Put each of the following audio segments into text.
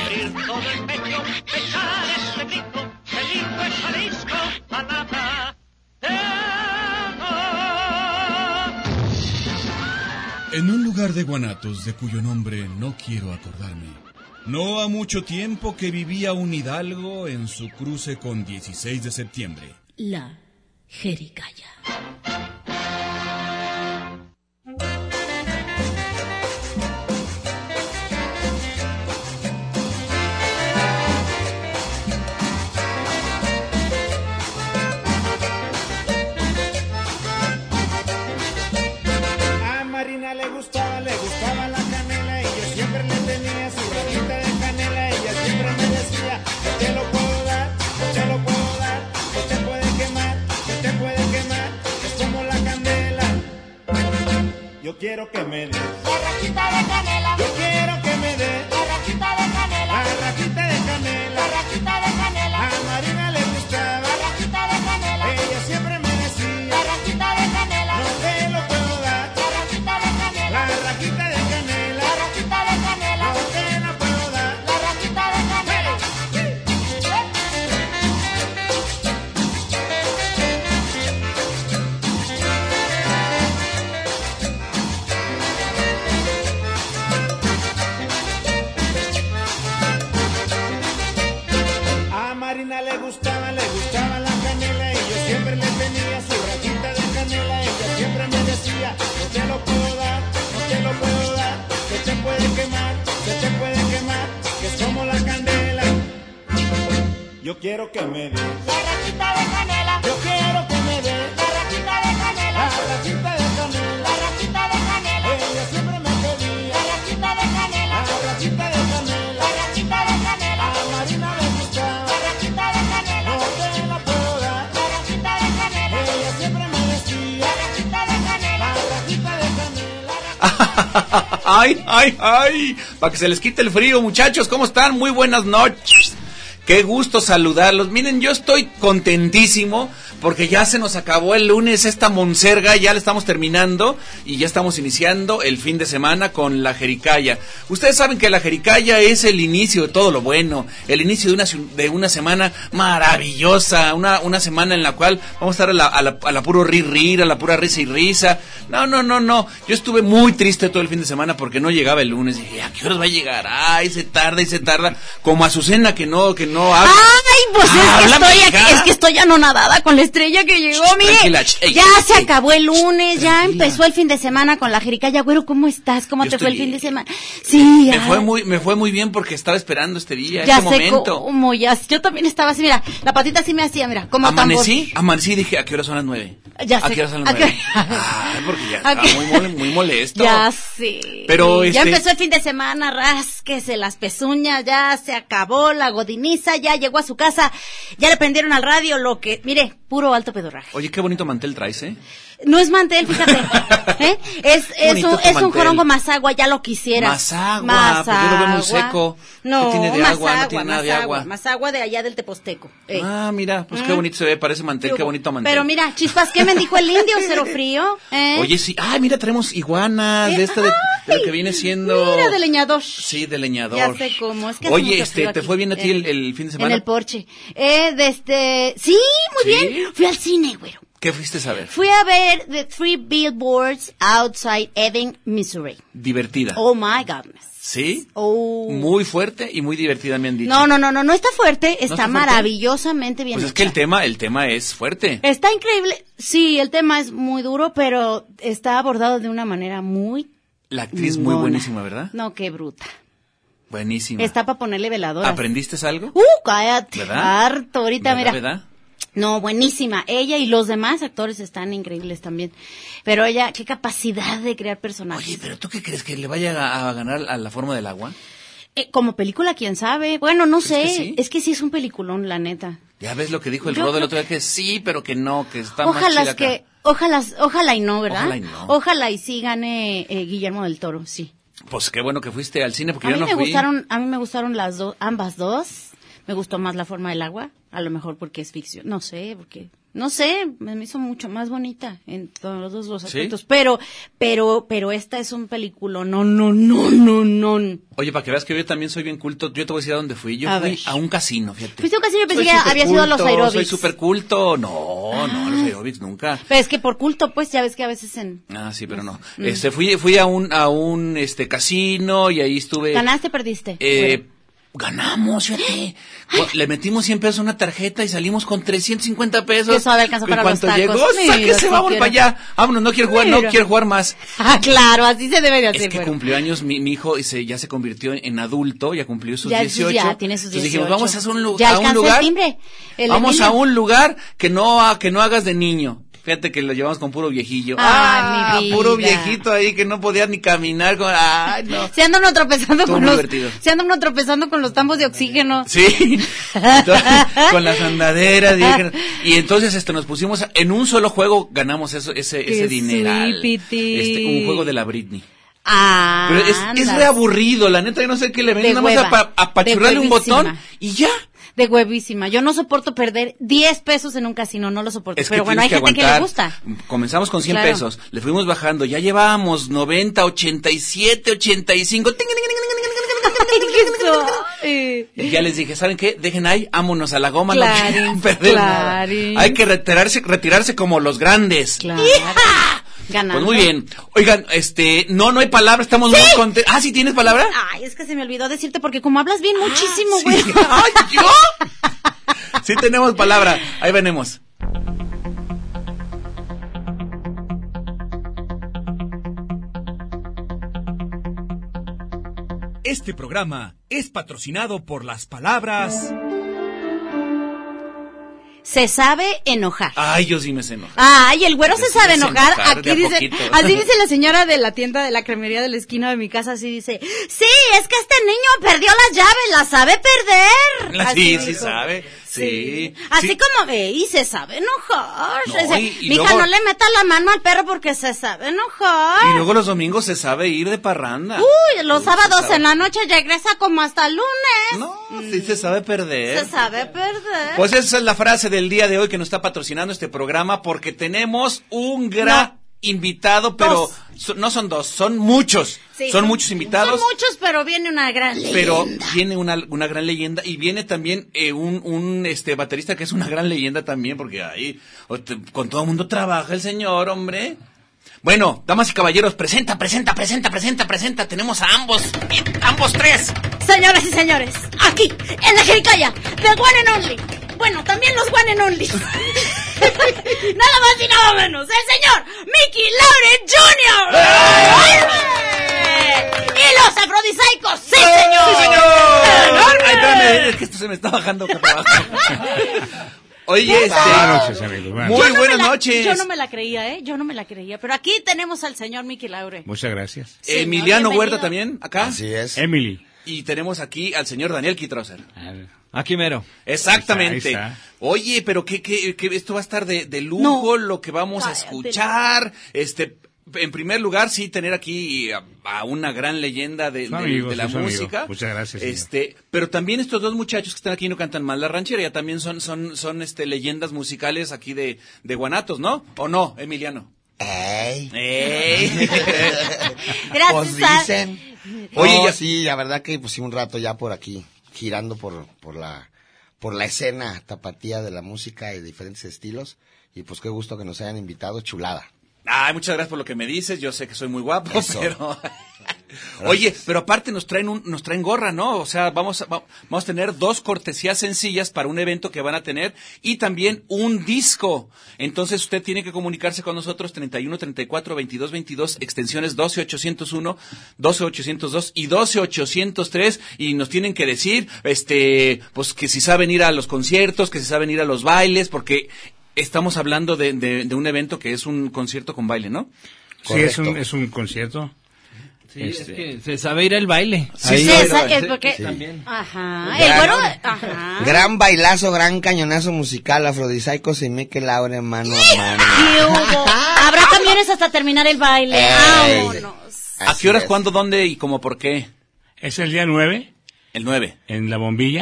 abrir todo el pecho, echar este grito, el lindo es Jalisco, palabra de amor. En un lugar de Guanatos, de cuyo nombre no quiero acordarme, no ha mucho tiempo que vivía un hidalgo en su cruce con 16 de septiembre. La Jericaya. A Marina le gustaba la canela y yo siempre le tenía su rajita de canela. Ella siempre me decía, no te lo puedo dar, no te lo puedo dar, no te puede quemar, no te puede quemar, es como la candela. Yo quiero que me des La rajita de canela, yo quiero que me des la rajita de canela, la rajita de canela. la rajita de canela, A Marina le gustaba, la rajita de canela, ella siempre me la decía, rajita de canela, no te lo puedo dar, la rajita de canela, la rajita de canela. la rajita de canela, No te la puedo dar. la rajita de canela. A Marina le gustaba la canela y yo siempre le tenía su rajita de canela. Ella siempre me decía, no te lo puedo dar, no te lo puedo dar, que te puede quemar, que te puede quemar, que es como la candela. Yo quiero que me des, La rajita de canela, yo quiero que me des la rajita de la canela, rajita de canela. la rajita de canela, Ella siempre me pedía la rajita de canela, la rajita de canela. la rajita de canela, A Marina le gustaba, la rajita de canela, no te la puedo dar. la rajita de canela, Ella siempre me decía, la rajita de canela. la rajita de canela. Ay, ay, ay. Para que se les quite el frío, muchachos. ¿Cómo están? Muy buenas noches. Qué gusto saludarlos. Miren, yo estoy contentísimo porque ya se nos acabó el lunes esta monserga, ya la estamos terminando y ya estamos iniciando el fin de semana con la Jericaya. Ustedes saben que la Jericaya es el inicio de todo lo bueno, el inicio de una semana maravillosa, una semana en la cual vamos a estar a la puro rir, a la pura risa y risa. No. Yo estuve muy triste todo el fin de semana porque no llegaba el lunes. Dije, ¿a qué horas va a llegar? Ay, se tarda. Como Azucena que no habla. Ay, pues Háblame, es que estoy anonadada con la estrella que llegó, mire. Tranquila, Ya se acabó el lunes, ya empezó el fin de semana con la Jericaya. Güero, ¿cómo estás? ¿Cómo te fue el fin de semana? Sí, Me fue muy bien porque estaba esperando este día, ya este sé momento. cómo, yo también estaba así, mira, la patita así me hacía, mira, como Amanecí y dije, ¿a qué hora son las 9? Ya sé. ¿A qué hora son las 9? Ay, porque ya estaba muy molesto. Ya sé. Pero ya empezó el fin de semana, rásquese las pezuñas, ya se acabó la godiniza, ya llegó a su casa, ya le prendieron al radio mire, puro alto pedorraje. Oye, qué bonito mantel traes, ¿eh? No es mantel, fíjate. ¿Eh? Es un jorongo Mazagua, ya lo quisiera. Mazagua, pues yo lo veo muy seco. No, ¿Qué tiene de agua? No tiene nada de agua. Mazagua de allá del Teposteco. Ah, mira, pues qué bonito se ve, parece mantel, qué bonito mantel. Pero mira, chispas, ¿qué me dijo el indio? Cero frío. Oye, sí, mira, traemos iguanas de lo que viene siendo. Mira, de leñador. Sí, de leñador. Ya sé cómo, es que oye, hace mucho frío ¿te aquí, fue bien a ti el fin de semana? En el porche. Sí, muy bien. Fui al cine, güero. ¿Qué fuiste a ver? Fui a ver The Three Billboards Outside Ebbing, Missouri. Divertida. Oh my godness. ¿Sí? Oh. Muy fuerte y muy divertida me han dicho. No está fuerte, está fuerte? maravillosamente bien Pues hecha. es que el tema es fuerte. Está increíble. Sí, el tema es muy duro, pero está abordado de una manera muy... La actriz muy buenísima, ¿verdad? No, qué bruta. Buenísima. Está para ponerle veladoras. ¿Aprendiste algo? Cállate. ¿Verdad? Harto, ahorita, mira. ¿Verdad? No, buenísima. Ella y los demás actores están increíbles también. Pero ella, qué capacidad de crear personajes. Oye, pero ¿tú qué crees? ¿Que le vaya a ganar a La Forma del Agua? Como película, quién sabe. Bueno, no sé. que sí? Es que sí es un peliculón, la neta. Ya ves lo que dijo el Yo Rod el creo otro día, que sí, pero que no, que está más Ojalá chida acá. ojalá y no, ¿verdad? Ojalá y no. Ojalá y sí gane Guillermo del Toro, sí. Pues qué bueno que fuiste al cine, porque A yo mí no fui. a mí me gustaron ambas dos. Me gustó más La Forma del Agua, a lo mejor porque es ficción, no sé, porque no sé, me hizo mucho más bonita en todos los ¿Sí? aspectos. Pero esta es un película, no. Oye, para que veas que yo también soy bien culto, yo te voy a decir a dónde fui. Yo A fui ver. a un casino, fíjate. Fuiste a un casino y pensé Soy que súper había sido a los culto, aerobics. Soy súper culto. No, los aerobics nunca. Pero es que por culto, pues, ya ves que a veces en... Ah, sí, pero no. Fui a un casino y ahí estuve. ¿Ganaste o perdiste? Ganamos, fíjate. Le metimos 100 pesos a una tarjeta y salimos con 350 pesos. Que suave alcanzó para los cuanto tacos. llegó, Mira, sáquese, sí vámonos quiero. para allá. Vámonos, no quiero jugar más. Ah, claro, así se debe de hacer. Es que güero. cumplió años mi hijo y ya se convirtió en adulto, ya cumplió sus Ya, 18. ya tiene sus 18. Entonces dijimos, vamos a un Ya a un alcanza lugar. el timbre. El Vamos niño. a un lugar que no hagas de niño. Fíjate que lo llevamos con puro viejillo. Ay, mi vida. Puro viejito ahí que no podía ni caminar. Ay, no. Se anda uno tropezando Estuvo con muy los... divertido. Se anda uno tropezando con los tambos de oxígeno. Sí, entonces, con las andaderas y entonces nos pusimos en un solo juego, ganamos ese dineral. Un juego de la Britney. Ah, Pero es re aburrido, la neta, yo no sé qué le ven, De nada más hueva. apachurrarle un De huevísima. botón y ya. De huevísima. Yo no soporto perder 10 pesos en un casino, no lo soporto. Es que Pero bueno, hay tienes gente que le aguantar. gusta. Comenzamos con 100 Claro. pesos, le fuimos bajando, ya llevábamos 90, 87, 85. Y ya les dije, ¿saben qué? Dejen ahí, vámonos a la goma, no Clarín, quiero perder nada. clarín. Hay que retirarse como los grandes. Claro. Ganando. Pues muy bien. Oigan, no hay palabra, estamos muy contentos. Ah, ¿sí tienes palabra? Ay, es que se me olvidó decirte porque como hablas bien muchísimo, Sí. güey. Ay, ¿yo? Sí tenemos palabra, ahí venimos. Este programa es patrocinado por las palabras... Se sabe enojar. Ay, yo sí me sé enojar. Ay, el güero Yo se sí sabe me sé enojar. enojar de Aquí a dice, poquito. así dice la señora de la tienda de la cremería de la esquina de mi casa, así dice, sí, es que este niño perdió las llaves, las sabe perder. Sí, Así sí dijo. sabe. Sí. Así Sí. como ve, y se sabe enojar. No, Dice, y mija, luego- no le meta la mano al perro porque se sabe enojar. Y luego los domingos se sabe ir de parranda. Uy, los Sí, sábados se sabe. en la noche regresa como hasta el lunes. No, sí se sabe perder. Se sabe perder. Pues esa es la frase del día de hoy que nos está patrocinando este programa porque tenemos un gran invitado, pero no son dos, son muchos. Sí, son muchos invitados. Son muchos, pero viene una gran leyenda. Pero viene una gran leyenda y viene también un baterista que es una gran leyenda también porque ahí con todo el mundo trabaja el señor, hombre. Bueno, damas y caballeros, presenta. Tenemos a ambos tres. Señoras y señores, aquí, en la Jericaya, The One and Only. Bueno, también los One and Only. Nada más y nada menos, el señor Mickey Laure Jr. Y los afrodisaicos, sí, señor. ¡Sí, señor! Ay, espérame, es que esto se me está bajando para abajo. Oye, Buenas noches, amigos. Buenas Muy noches. buenas noches. Yo no me la creía, Yo no me la creía. Pero aquí tenemos al señor Mickey Laure. Muchas gracias. Señor, Emiliano bienvenido. Huerta también, acá. Así es. Emily. Y tenemos aquí al señor Daniel Kitrosser. Aquí mero. Exactamente. Ahí está. Oye, pero que esto va a estar de lujo, No. lo que vamos a Cállate. escuchar. En primer lugar, sí, tener aquí a una gran leyenda de Son amigos, la son música. amigos. Muchas gracias, señor. Pero también estos dos muchachos que están aquí y no cantan mal la ranchera, ya también son leyendas musicales aquí de Guanatos, ¿no? ¿O no, Emiliano? ¡Ey! ¡Ey! Gracias. Pues dicen. Oye, Oye, ya- sí, la verdad que pues sí, un rato ya por aquí, girando por la escena tapatía de la música y diferentes estilos. Y pues qué gusto que nos hayan invitado, chulada. Ay, muchas gracias por lo que me dices. Yo sé que soy muy guapo, Eso. pero... Oye, pero aparte nos traen gorra, ¿no? O sea, vamos a tener 2 cortesías sencillas para un evento que van a tener y también un disco. Entonces usted tiene que comunicarse con nosotros 31 34 22 22 extensiones 12801, 12802 y 12803 y nos tienen que decir pues que si saben ir a los conciertos, que si saben ir a los bailes, porque estamos hablando de un evento que es un concierto con baile, ¿no? Sí, Correcto. es un concierto. Sí, es que se sabe ir al baile. Sí, Ahí- sí, es porque... Sí. También. Ajá. Gran- El güero... Ajá. Gran bailazo, gran cañonazo musical, afrodisaicos y Mickey Laure mano a mano. ¿Qué hubo? Habrá camiones hasta terminar el baile. Ey. Vámonos. ¿A Así qué horas, es. cuándo, dónde y cómo por qué? Es el día 9 El 9. en La Bombilla.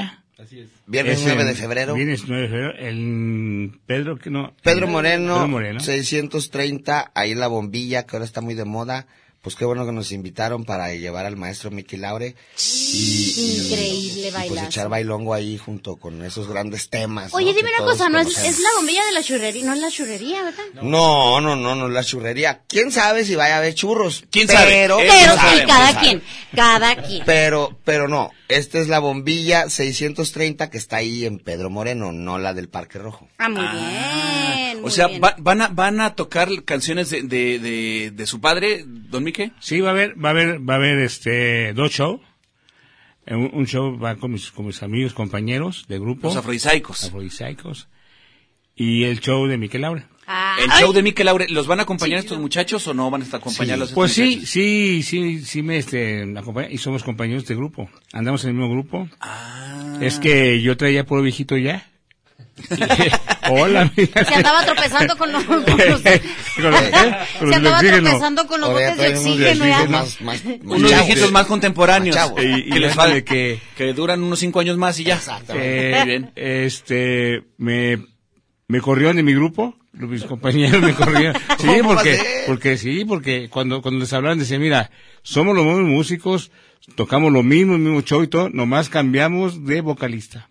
Así es. Viernes Es 9 de febrero. Viernes 9 de febrero. El Pedro Moreno, Pedro Moreno. 630, ahí en La Bombilla, que ahora está muy de moda. Pues qué bueno que nos invitaron para llevar al maestro Mickey Laure. Increíble Y pues bailar. echar bailongo ahí junto con esos grandes temas. Oye, ¿no? dime que una todos cosa, no es conocemos. la bombilla de la churrería, no es la churrería, ¿verdad? No, la churrería. ¿Quién sabe si vaya a haber churros? ¿Quién sabe? Pero, Pero no sí, sabemos, cada quien. pero no. Esta es La Bombilla 630 que está ahí en Pedro Moreno, no la del Parque Rojo. Ah, muy bien. O muy sea, bien. van a tocar canciones de su padre, don Mique. Sí, va a haber 2 shows. Un show va con mis amigos, compañeros de grupo. Los afrodisíacos. Y el show de Mickey Laure. Ah, El ay, show de Mickey Laure, ¿los van a acompañar estos muchachos o no van a estar acompañados? Pues sí me acompaña y somos compañeros de grupo. Andamos en el mismo grupo. Es que yo traía puro viejito ya. Hola, mira. se andaba tropezando con los... Con los se andaba oxígenos. tropezando con los Ahora botes de traen unos oxígeno ya. viejitos más Unos chavos. viejitos más contemporáneos. Más chavos. Y que les déjale vale que duran unos 5 años más y ya. Exactamente. Muy bien. Me corrieron de mi grupo, mis compañeros me corrieron. Sí, ¿Cómo va a ser? porque cuando les hablaban decían, mira, somos los mismos músicos, tocamos lo mismo, el mismo show y todo, nomás cambiamos de vocalista.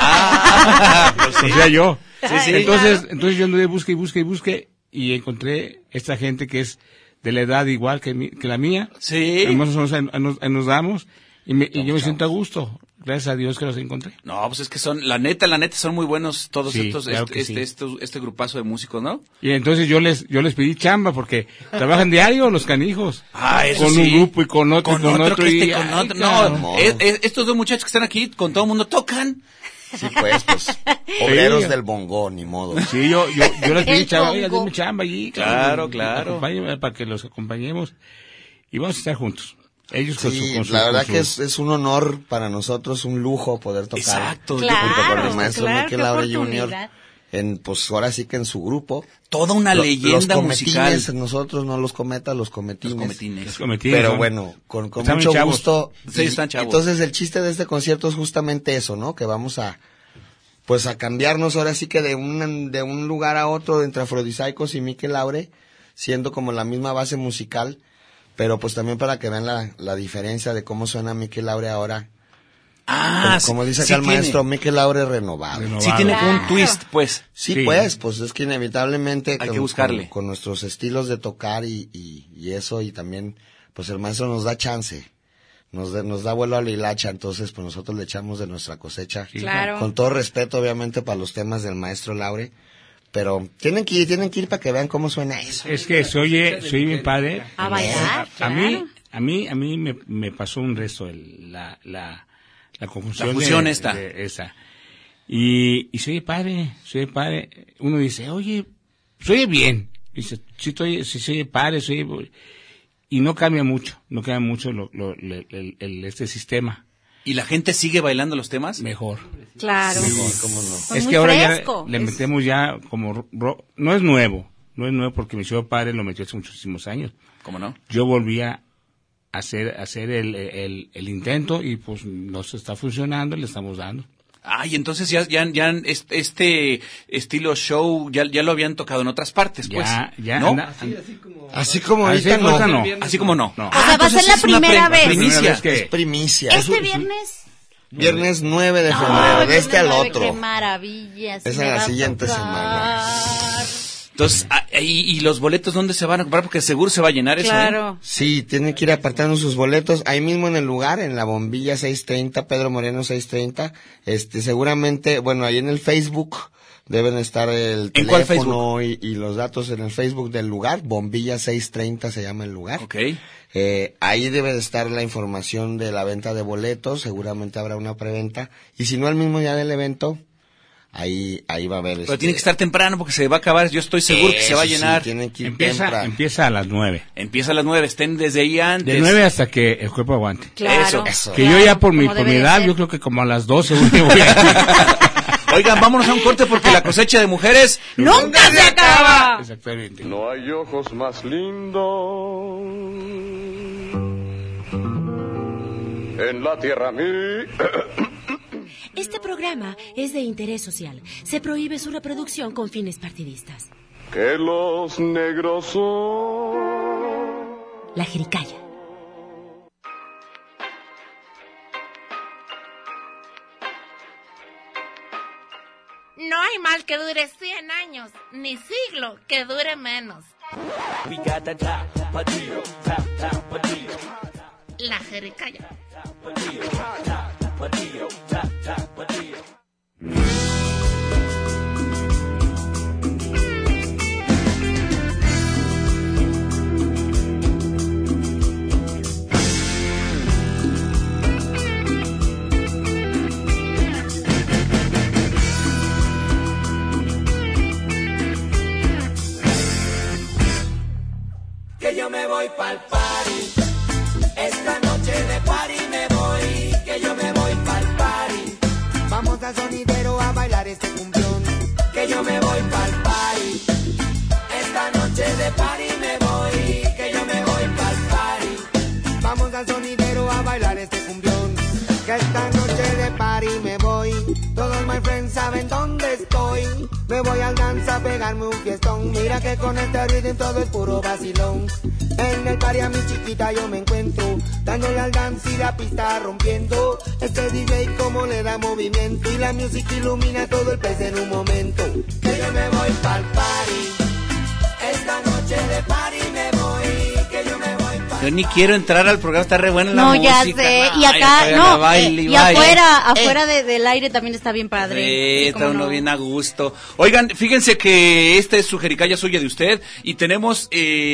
Pues sí. O sea, yo. Sí. Entonces yo anduve busque y encontré esta gente que es de la edad igual que la mía. Sí. Más o menos nos damos y yo me siento a gusto. Gracias a Dios que los encontré. No, pues es que son, la neta, son muy buenos todos Sí, estos, claro que sí. este grupazo de músicos, ¿no? Y entonces yo les pedí chamba porque trabajan diario los canijos. Eso con sí. un grupo y con otro y con otro. que y, con ay, otro. cabrón. No, estos dos muchachos que están aquí, con todo el mundo tocan. Sí, pues, obreros del bongo, ni modo. Sí, yo les pedí El chamba, bongo. oiga, denme chamba allí. Claro. Acompáñenme para que los acompañemos y vamos a estar juntos. Ellos con Sí, con la verdad con que es un honor para nosotros, un lujo poder tocar. Exacto. Junto con Claro, el maestro claro, Mickey qué Laure Jr. oportunidad. Pues ahora sí que en su grupo. Toda una leyenda los musical. cometines, nosotros no los cometas, los cometines. Los cometines. los cometí, Pero ¿no? bueno, con Están mucho chavos. gusto. Sí, están chavos. Entonces el chiste de este concierto es justamente eso, ¿no? Que vamos a cambiarnos ahora sí que de un lugar a otro entre Afrodisíacos y Mickey Laure, siendo como la misma base musical, pero pues también para que vean la diferencia de cómo suena Mickey Laure ahora. Como dice acá el maestro, Mickey Laure renovado. Sí tiene como un twist, pues. Sí, pues es que inevitablemente Hay que buscarle. Con nuestros estilos de tocar y eso, y también pues el maestro nos da chance. Nos da vuelo a la hilacha, entonces pues nosotros le echamos de nuestra cosecha. Claro. Con todo respeto, obviamente, para los temas del maestro Laure, pero tienen que ir para que vean cómo suena eso. Es que se oye bien padre. A bailar, A claro. mí me pasó un resto la confusión. La fusión de esa. Y se oye padre. Uno dice, oye, se oye bien. Dice, sí se oye padre, se oye... Y no cambia mucho este sistema. ¿Y la gente sigue bailando los temas? Mejor. Claro. ¿Cómo no? Pues Es muy que ahora fresco. ya le metemos ya como no es nuevo porque mi señor padre lo metió hace muchísimos años. ¿Cómo no? Yo volví a hacer el intento y pues nos está funcionando, le estamos dando. Y entonces ya este estilo show ya lo habían tocado en otras partes, pues. Ya, ¿no? Así como Así ahorita ahorita no. no. Así como no. No. O sea, va a ser la primera vez. Primicia. Es primicia. Este viernes. Viernes 9 de febrero, Ay, de este al nueve, otro. Qué maravilla. Es en la siguiente semana. Entonces, y los boletos, ¿dónde se van a comprar? Porque seguro se va a llenar eso, ¿eh? Claro. Sí, tienen que ir apartando sus boletos ahí mismo en el lugar, en La Bombilla 630, Pedro Moreno 630. Seguramente, bueno, ahí en el Facebook deben estar el ¿En cuál teléfono y los datos en el Facebook del lugar. Bombilla 630 se llama el lugar. Ok. Ahí debe de estar la información de la venta de boletos, seguramente habrá una preventa. Y si no, el mismo día del evento, ahí va a haber. Pero tiene que estar temprano porque se va a acabar. Yo estoy seguro que se va a llenar. Sí, tienen que ir temprano. Empieza a las 9. Empieza a las 9, estén desde ahí antes. De 9 hasta que el cuerpo aguante. Claro. Eso. Que yo ya por mi Como debe de edad, ser. yo creo que como a las 12 voy a... Oigan, vámonos a un corte porque la cosecha de mujeres ¡Nunca se acaba! Exactamente. No hay ojos más lindos en la tierra mí. Este programa programa es de interés social. Se prohíbe su reproducción con fines partidistas. Que los negros son. La Jericaya. No hay mal que dure 100 años, ni siglo que dure menos. La Jericaya. Que yo me voy pa'l party, esta noche de party me voy, que yo me voy pa'l party. Vamos al sonidero a bailar este cumbión, que yo me voy pa'l party, esta noche de party me voy, que yo me voy pa'l party. Vamos al sonidero a bailar este cumbión, que esta noche de party me voy. Todos my friends saben dónde estoy. Me voy al dance a pegarme un fiestón. Mira que con este rhythm todo es puro vacilón. En el party a mi chiquita yo me encuentro, dándole al dance y la pista rompiendo. Este DJ como le da movimiento y la música ilumina todo el place en un momento. Que yo me voy pa'l party, esta noche de party me voy, que yo me voy pa'l. Yo ni quiero entrar al programa, está re buena la No, música. ya sé, y Ay, acá, no, baile, y baile. afuera del aire también está bien padre. Sí, Está cómo uno no. bien a gusto. Oigan, fíjense que esta es su Jericaya suya de usted y tenemos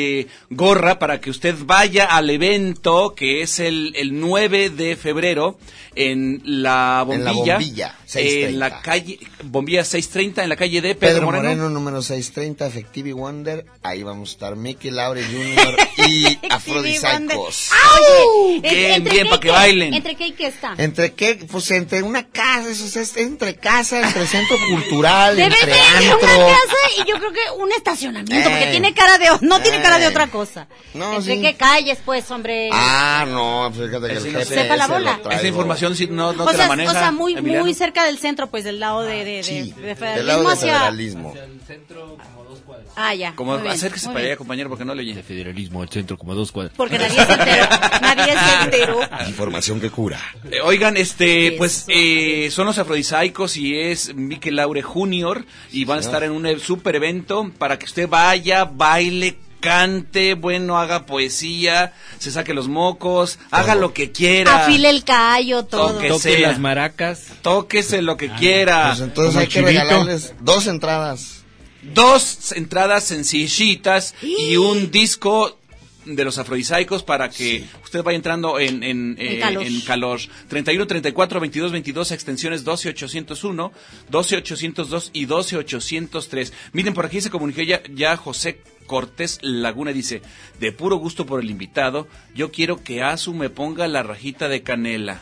gorra para que usted vaya al evento que es el 9 de febrero en la Bombilla. En la Bombilla, 630. En la calle, Bombilla 630, en la calle de Pedro Moreno, número 630, Effective Wonder. Ahí vamos a estar Mickey Laure Jr. y Aphrodisíacos. Oye, Bien, ¿entre bien, qué para que y qué? bailen. ¿Entre qué y qué está? ¿Entre qué? Pues entre una casa, eso es entre casa, entre centro cultural, Debe entre ser antro. una casa y yo creo que un estacionamiento, porque tiene cara de, no tiene cara de otra cosa. No, ¿Entre sí. qué calles, pues, hombre? Ah, no, fíjate que el Ese no jefe sé. Sepa la bola. lo traigo. Esa información sí no o te la sea, maneja. muy Emiliano. cerca del centro, pues, del lado de Sí, federalismo del lado de hacia... federalismo. Ah, ya. Como muy bien, acérquese muy para bien. allá, compañero, porque no le oye. Federalismo, el centro, como a 2 cuadras. Porque nadie se enteró. Nadie se enteró. Información que cura. Oigan, pues son los Aphrodisíacos y es Mickey Laure Jr. y van a estar en un super evento para que usted vaya, baile, cante, bueno, haga poesía, se saque los mocos, haga lo que quiera. Afile el callo, todo. Toque Toque sea. las maracas. Tóquese lo que quiera. Pues entonces Como hay que Chivito. regalarles 2 entradas. 2 entradas sencillitas y un disco de los Aphrodisíacos para que usted vaya entrando en calor. 31, 34, 22, 22, extensiones 12801, 12802 y 12803. Miren, por aquí se comunicó ya José Cortés Laguna, dice: de puro gusto por el invitado, yo quiero que Azu me ponga la rajita de canela.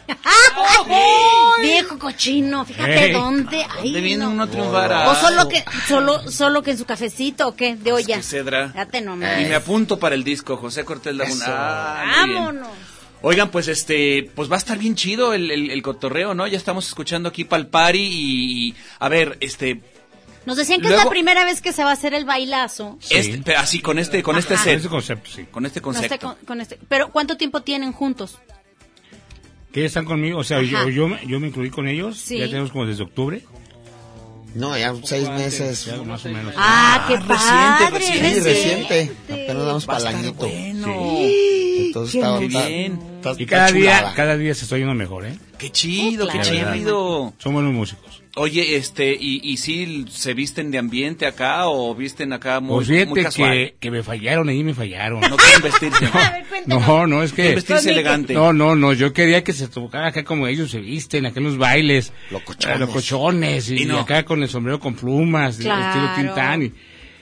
Viejo cochino, fíjate Ey. dónde. Ay, ¿Dónde viene no. uno a triunfar? O solo que en su cafecito, ¿o qué? De olla. Que cedra. Fíjate nomás. Y me apunto para el disco, José Cortés Laguna. Eso. Ah, muy bien. Vámonos. Oigan, pues pues va a estar bien chido el cotorreo, ¿no? Ya estamos escuchando aquí pa'l party y a ver, Nos decían que Luego- es la primera vez que se va a hacer el bailazo. pero así con este Ajá. set, Ese concepto, sí. con este No sé, concepto. con este. Pero ¿cuánto tiempo tienen juntos? Que ya están conmigo, o sea, Ajá. yo me incluí con ellos, Sí. ya tenemos como desde octubre, No, ya 6 meses. ya más o menos. Ah, qué reciente, padre. reciente. Sí, reciente. Apenas damos Va a para el estar añito. bueno. Entonces está bien. Y cada día se está yendo mejor, ¿eh? Qué chido, qué Claro. chido. Son buenos músicos. Oye, y sí se visten de ambiente acá o visten acá muy, Pues muy fíjate casual. que me fallaron, ahí me fallaron. No quieren vestirse. A ver, cuéntanos. No, es Quieren que... vestirse elegante. No, yo quería que se tocara acá como ellos se visten, acá en los bailes. Locochones. Locochones, y Y no. acá con el sombrero con plumas, Claro. estilo Tintán,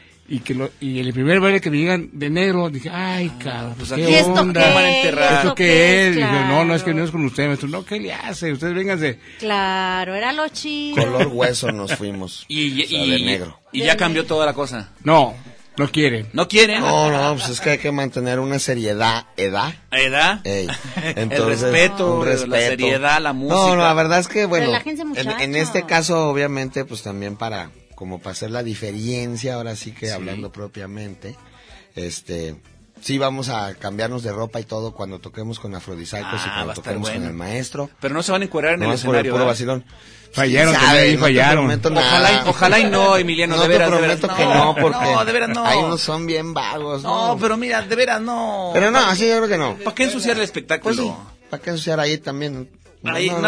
y el primer baile que me llegan de negro, dije, ay, cabrón, pues ¿qué aquí ¿Y esto onda? van a qué? enterrar. ¿Esto qué es? Dije, Claro. no, es que no es con usted, maestro. No, ¿qué le hace? Ustedes vénganse. Claro, era lo chido. Color hueso nos fuimos. Y O sea, de negro. y ya cambió toda la cosa. No, No quieren. ¿No quieren? No, pues es que hay que mantener una seriedad, ¿Edad? Ey, El entonces, respeto, un respeto. la seriedad, la música. No, la verdad es que, bueno, Relájense, muchachos. en este caso, obviamente, pues también para hacer la diferencia, ahora sí que hablando propiamente, sí vamos a cambiarnos de ropa y todo cuando toquemos con Afrodisíacos y va a cuando estar toquemos bueno. con el maestro. Pero no se van a encuerar en el No es por el escenario, puro ¿verdad? vacilón. Fallaron, ¿Sabe? también No te fallaron. prometo nada. Ojalá y no, Emiliano, No de te veras, prometo de que veras. no, porque No, de veras no. hay unos son bien vagos, No, ¿no? pero mira, de veras no. Pero no, así yo creo que no. ¿Para qué ensuciar el espectáculo? Pues sí, ¿para qué ensuciar ahí también? Ahí, no.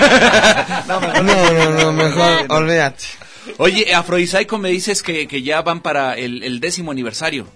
No, mejor, olvídate. Oye, Afrodisíaco, me dices que ya van para el 10º aniversario.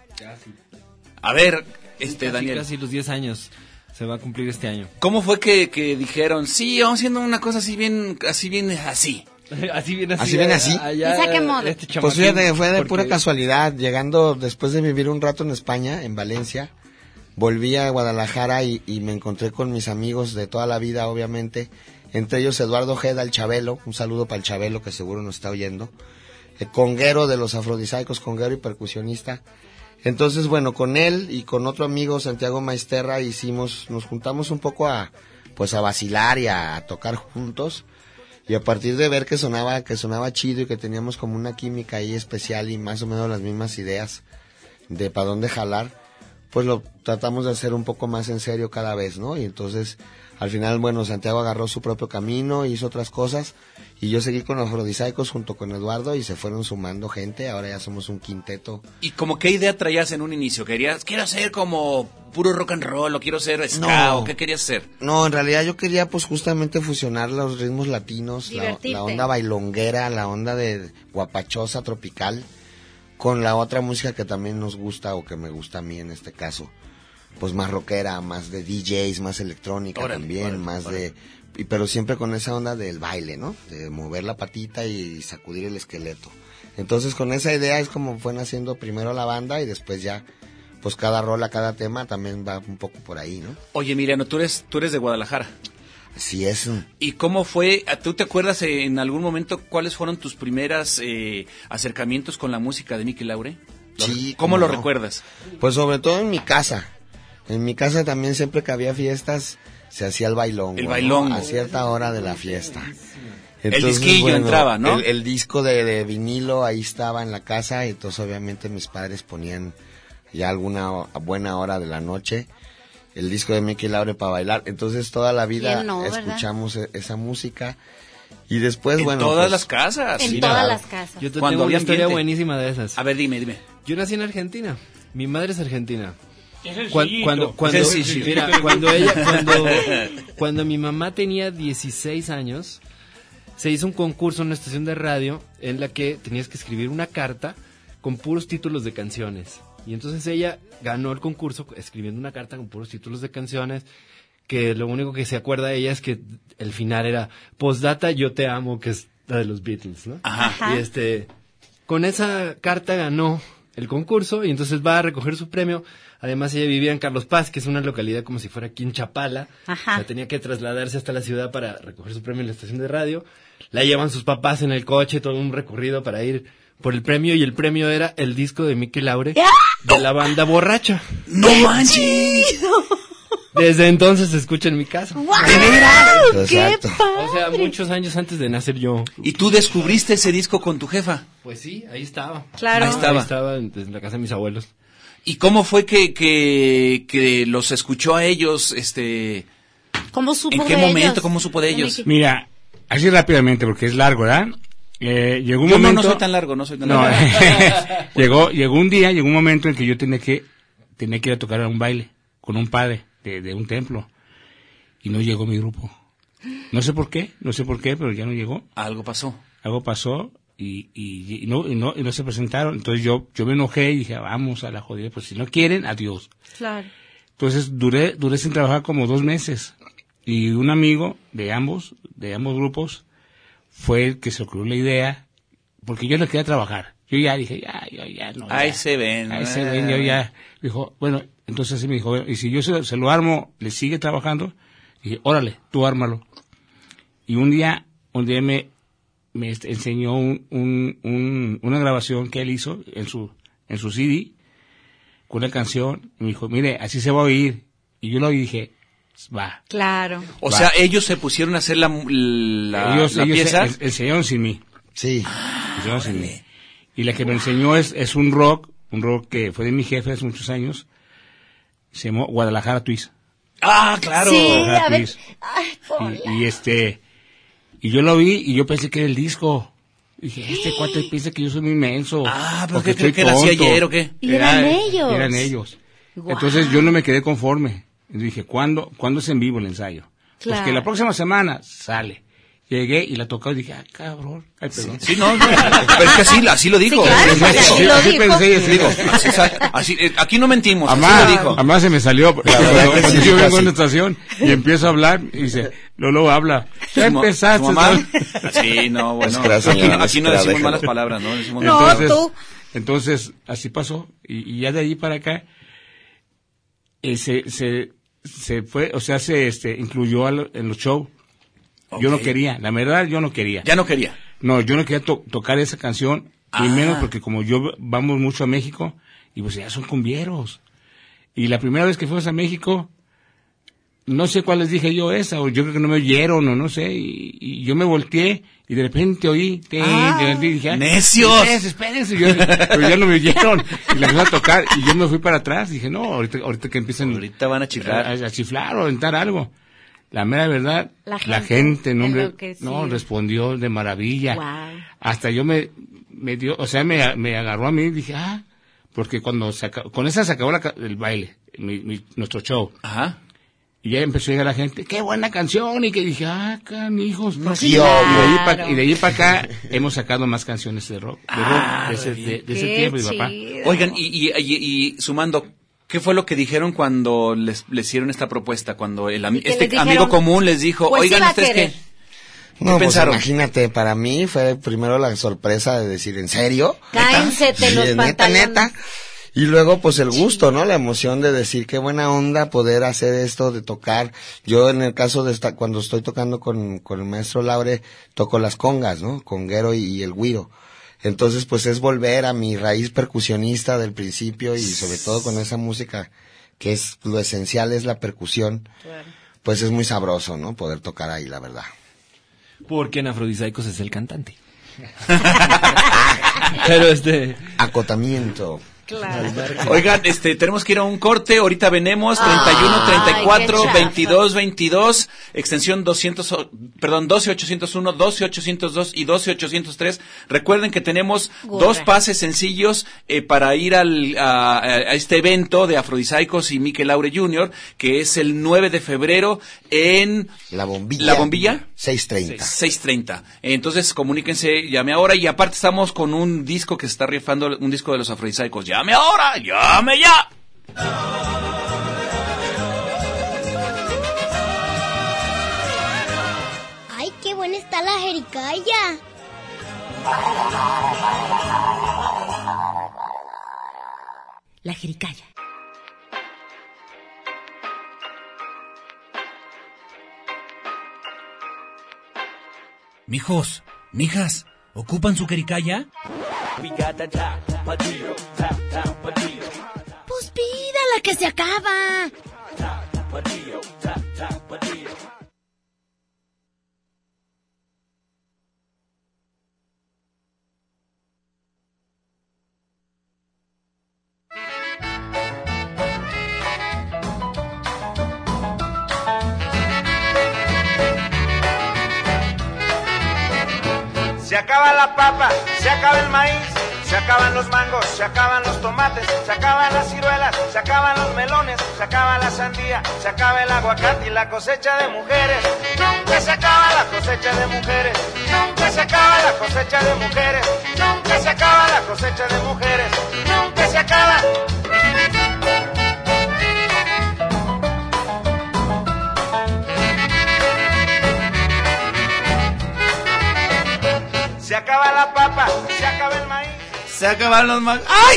A ver, Daniel. Casi los 10 años. Se va a cumplir este año. ¿Cómo fue que dijeron, sí, vamos haciendo una cosa así bien. Así bien así. ¿Así bien así? ¿Y saque moda? Pues fíjate, fue de pura casualidad. Llegando, después de vivir un rato en España, en Valencia, volví a Guadalajara y me encontré con mis amigos de toda la vida, obviamente. Entre ellos Eduardo Ojeda, el Chabelo. Un saludo para el Chabelo, que seguro nos está oyendo. Conguero de los Afrodisíacos, conguero y percusionista. Entonces, bueno, con él y con otro amigo, Santiago Maesterra, nos juntamos un poco a vacilar y a tocar juntos. Y a partir de ver que sonaba chido y que teníamos como una química ahí especial y más o menos las mismas ideas de para dónde jalar, pues lo tratamos de hacer un poco más en serio cada vez, ¿no? Y entonces, al final, bueno, Santiago agarró su propio camino, hizo otras cosas, y yo seguí con los Afrodisíacos junto con Eduardo, y se fueron sumando gente, ahora ya somos un quinteto. ¿Y como qué idea traías en un inicio? ¿Querías, quiero hacer como puro rock and roll, o quiero ser ska, o qué querías hacer? No, en realidad yo quería pues justamente fusionar los ritmos latinos, la onda bailonguera, la onda de guapachosa, tropical, con la otra música que también nos gusta, o que me gusta a mí en este caso, pues más rockera, más de DJs, más electrónica también, pero siempre con esa onda del baile, ¿no? De mover la patita y sacudir el esqueleto. Entonces con esa idea es como fue naciendo primero la banda y después ya, pues cada rola, cada tema también va un poco por ahí, ¿no? Oye, Emiliano, tú eres de Guadalajara. Así es. ¿Y cómo fue? ¿Tú te acuerdas en algún momento cuáles fueron tus primeras acercamientos con la música de Mickey Laure? Sí. ¿Cómo lo recuerdas? Pues sobre todo en mi casa. En mi casa también siempre que había fiestas se hacía el bailongo. El bailongo. ¿No? A cierta hora de la fiesta. Entonces, el disquillo entraba, ¿no? El disco de vinilo ahí estaba en la casa y entonces obviamente mis padres ponían ya alguna buena hora de la noche el disco de Mickey Laure para bailar. Entonces toda la vida escuchamos esa música. Y después, en todas las casas. En todas las casas. Yo tengo una historia buenísima de esas. A ver, dime. Yo nací en Argentina. Mi madre es argentina. Cuando mi mamá tenía 16 años, se hizo un concurso en una estación de radio en la que tenías que escribir una carta con puros títulos de canciones. Y entonces ella ganó el concurso escribiendo una carta con puros títulos de canciones, que lo único que se acuerda de ella es que el final era Postdata, yo te amo, que es la de los Beatles, ¿no? Ajá. Y con esa carta ganó el concurso y entonces va a recoger su premio. Además ella vivía en Carlos Paz, que es una localidad como si fuera aquí en Chapala. Ajá. O sea, tenía que trasladarse hasta la ciudad para recoger su premio en la estación de radio. La llevan sus papás en el coche, todo un recorrido para ir por el premio, y el premio era el disco de Mickey Laure de la banda Borracha. ¡No manches! Desde entonces se escucha en mi casa. ¡Wow! ¡Qué padre! O sea, muchos años antes de nacer yo. ¿Y tú descubriste ese disco con tu jefa? Pues sí, ahí estaba. Claro. Ahí estaba en la casa de mis abuelos. ¿Y cómo fue que los escuchó a ellos? ¿Cómo supo ¿En qué de momento? ellos? ¿Cómo supo de ellos? Mira, así rápidamente, porque es largo, ¿verdad? Llegó un Yo momento... no soy tan largo, largo. llegó un momento en que yo tenía que ir a tocar a un baile con un padre de un templo, y no llegó mi grupo. No sé por qué, pero ya no llegó. Algo pasó y no se presentaron. Entonces yo me enojé y dije, vamos a la jodida, pues si no quieren, adiós. Claro. Entonces duré sin trabajar como 2 meses, y un amigo de ambos grupos fue el que se ocurrió la idea, porque yo no quería trabajar. Yo ya dije, ya no. Ahí se ven, yo ya. Dijo, bueno, entonces así me dijo, bueno, y si yo se lo armo, ¿le sigue trabajando? Y dije, órale, tú ármalo. Y un día me enseñó una grabación que él hizo en en su CD con una canción y me dijo, mire, así se va a oír. Y yo lo oí y dije, va. Claro. O sea, ellos se pusieron a hacer la pieza. Enseñaron sin mí. Sí. Enseñaron sin mí. Y la que me enseñó es un rock que fue de mi jefe hace muchos años. Se llamó Guadalajara Twist. Ah, claro. Sí, Guadalajara a ver. Twist. Ay, pobre. Y yo lo vi y yo pensé que era el disco. Dije, este cuate piensa que yo soy muy inmenso. Ah, pero porque ¿qué era así ayer o qué? Y eran ellos. Eran ellos. Guau. Entonces yo no me quedé conforme. Y dije, ¿cuándo es en vivo el ensayo? Claro. Pues que la próxima semana sale. Llegué y la tocó y dije, cabrón. Ay, perdón. Sí, no. Pero es que así lo dijo. Sí, claro, Es pues eso. así lo dijo. Así, aquí no mentimos, así Además, lo dijo. además se me salió. Cuando yo vengo en la estación y empiezo a hablar y dice, Lolo habla. Ya empezaste. ¿Su mamá? Sí, no, bueno. Espera, señora, Aquí no espera, decimos déjalo. malas palabras, ¿no? Decimos No, tú. Entonces, así pasó. Y ya de allí para acá, se fue, o sea, se incluyó en los shows. Okay. Yo no quería, la verdad, yo no quería. Ya no quería. No, yo no quería tocar esa canción, y menos porque como yo vamos mucho a México, y pues ya son cumbieros. Y la primera vez que fuimos a México, no sé cuál les dije yo esa, o yo creo que no me oyeron, o no sé, y yo me volteé, y de repente oí, y dije, ¡necios! Espérense, pero ya no me oyeron, y la empecé a tocar, y yo me fui para atrás, dije, no, ahorita que empiezan Ahorita van a chiflar. a chiflar o a aventar algo. La mera verdad, La gente, no, hombre, enloqueció. no, respondió de maravilla. Wow. Hasta yo me dio, o sea, me agarró a mí y dije, porque cuando con esa se acabó el baile, nuestro show. Ajá. Y ya empezó a llegar la gente, qué buena canción, y que dije, canijos. Sí, Y de ahí para acá hemos sacado más canciones de rock, de ese tiempo, mi papá. Oigan, y sumando, ¿qué fue lo que dijeron cuando les hicieron esta propuesta? Cuando amigo común les dijo, pues oigan, iba a ¿ustedes querer. qué? No, pues pensaron? imagínate, para mí fue primero la sorpresa de decir, ¿en serio? Cáensete los pantalones. Neta. Y luego, pues el gusto, ¿no? La emoción de decir, qué buena onda poder hacer esto, de tocar. Yo, en el caso de cuando estoy tocando con el maestro Laure, toco las congas, ¿no? Conguero y el güiro. Entonces, pues es volver a mi raíz percusionista del principio y sobre todo con esa música que es lo esencial, es la percusión. Claro. Pues es muy sabroso, ¿no? Poder tocar ahí, la verdad. Porque en Afrodisaicos es el cantante. Pero acotamiento. Claro. Oigan, tenemos que ir a un corte, ahorita venemos, 31, 34, 22, 22, extensión 12801, 12802 y 12803. Recuerden que tenemos dos pases sencillos para ir a este evento de Afrodisaicos y Mikel Laure Jr., que es el 9 de febrero en La Bombilla. ¿La Bombilla? 6:30. 6:30. Entonces, comuníquense, llame ahora, y aparte estamos con un disco que se está rifando, un disco de los Afrodisaicos. ¡Llame ahora! ¡Llame ya! ¡Ay, qué buena está la jericaya! La jericaya. Mijos, mijas, ¿ocupan su jericaya? Pues pídala que se acaba. Se acaba la papa, se acaba el maíz, se acaban los mangos, se acaban los tomates, se acaban las ciruelas, se acaban los melones, se acaba la sandía, se acaba el aguacate y la cosecha de mujeres. Nunca se acaba la cosecha de mujeres, nunca se acaba la cosecha de mujeres, nunca se acaba la cosecha de mujeres, nunca se acaba. Se acaba la papa, se acaba el maíz. Se acaban los más. ¡Ay!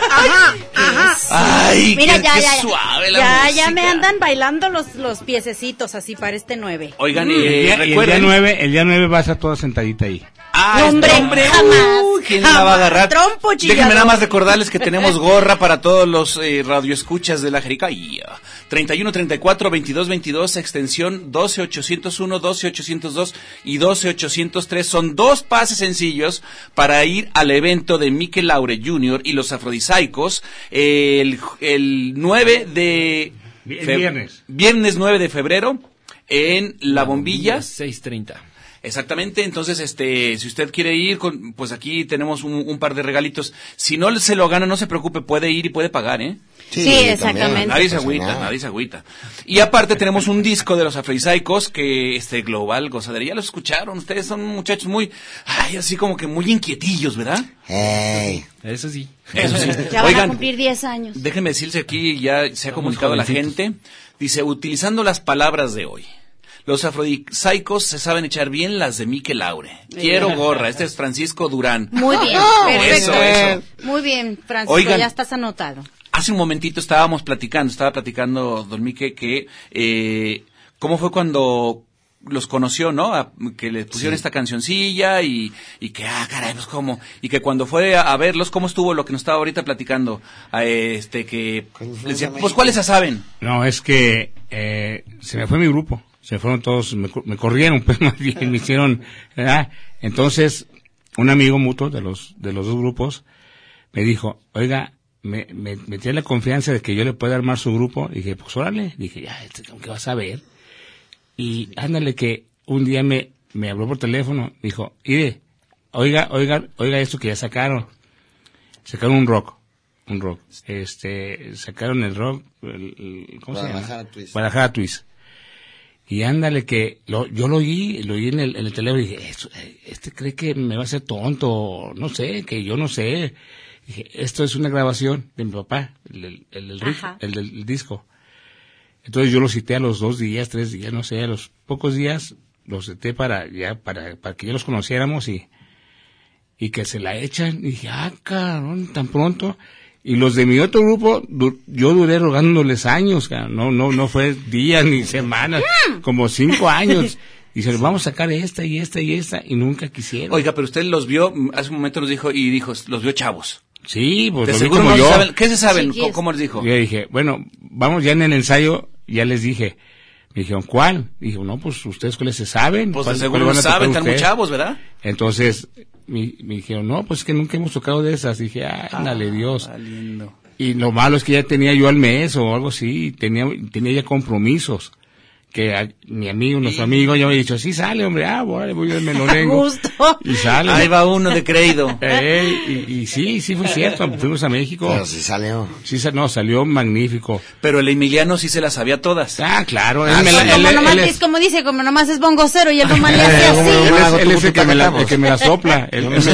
¡Ay! Mira, qué suave la música. Ya me andan bailando los piececitos así para este 9. Oigan, el recuerden. día 9 va a estar toda sentadita ahí. Ah, No, hombre, jamás. ¿Quién la va a agarrar? Trompo chillador. Déjenme nada más recordarles que tenemos gorra para todos los radioescuchas de la Jericaya. 31 34 22 22, extensión 12801, 12802 y 12803. Son 2 pases sencillos para ir al evento de Mikel Laure Jr. y los Afrodisaicos el 9 de... Viernes 9 de febrero en La Bombilla. 6:30. Exactamente, entonces si usted quiere ir, pues aquí tenemos un par de regalitos. Si no se lo gana, no se preocupe, puede ir y puede pagar, ¿eh? Sí, exactamente. Nadie se agüita. Y aparte tenemos un disco de los Afrodisaicos que Global Gozadera, ya lo escucharon, ustedes son muchachos muy, así como que muy inquietillos, ¿verdad? Eso sí. Ya van a cumplir 10 años. Déjenme decirse aquí, ya se ha comunicado a la gente, dice, utilizando las palabras de hoy. Los Afrodisaicos se saben echar bien las de Mikel Laure. Quiero gorra. Este es Francisco Durán. Muy bien, perfecto. Eso. Muy bien, Francisco, Oigan, ya estás anotado. Hace un momentito estaba platicando don Mike que cómo fue cuando los conoció, ¿no? Que le pusieron esta cancioncilla y que, caray, pues cómo. Y que cuando fue a verlos, ¿cómo estuvo lo que nos estaba ahorita platicando? Que decía, pues, ¿cuáles se saben? No, es que se me fue mi grupo. Se fueron todos, me corrieron, pues más bien, me hicieron, ¿verdad? Entonces, un amigo mutuo de los 2 grupos me dijo, oiga, me tiene la confianza de que yo le pueda armar su grupo. Dije, pues órale. Dije, ya, ¿qué vas a ver? Y ándale que un día me habló por teléfono, dijo, oiga esto que ya sacaron. Sacaron un rock. Sacaron el rock, ¿cómo se llama? Guadalajara Twist. Y ándale que yo lo oí en el teléfono y dije, cree que me va a hacer tonto, no sé, que yo no sé. Dije, esto es una grabación de mi papá, el del disco. Entonces yo lo cité a los 2 días, 3 días, no sé, a los pocos días los cité para que ya los conociéramos y que se la echan. Y dije, cabrón, tan pronto. Y los de mi otro grupo, yo duré rogándoles años, no fue días ni semanas, como 5 años. Y se vamos a sacar esta, y nunca quisieron. Oiga, pero usted los vio, hace un momento los dijo, los vio chavos. Sí, pues de lo vi seguro como no yo. Saben, ¿qué se saben? ¿Cómo les dijo? Yo dije, bueno, vamos ya en el ensayo, ya les dije. Me dijeron, ¿cuál? Dije, no, pues ustedes cuáles se saben. Pues de seguro no saben, están muy chavos, ¿verdad? Entonces, me dijeron, no, pues es que nunca hemos tocado de esas. Dije, ándale, Dios. Lindo. Y lo malo es que ya tenía yo al mes o algo así, tenía ya compromisos. Que nuestro amigo ya me ha dicho, sí sale, hombre, bueno, voy al Melonengo. Y sale. Ahí va uno de creído. Y sí fue cierto, fuimos a México. Pero sí salió. Salió magnífico. Pero el Emiliano sí se las sabía todas. Claro. Como dice, como nomás es bongocero y él nomás le hace así. Él es el que me la sopla. No es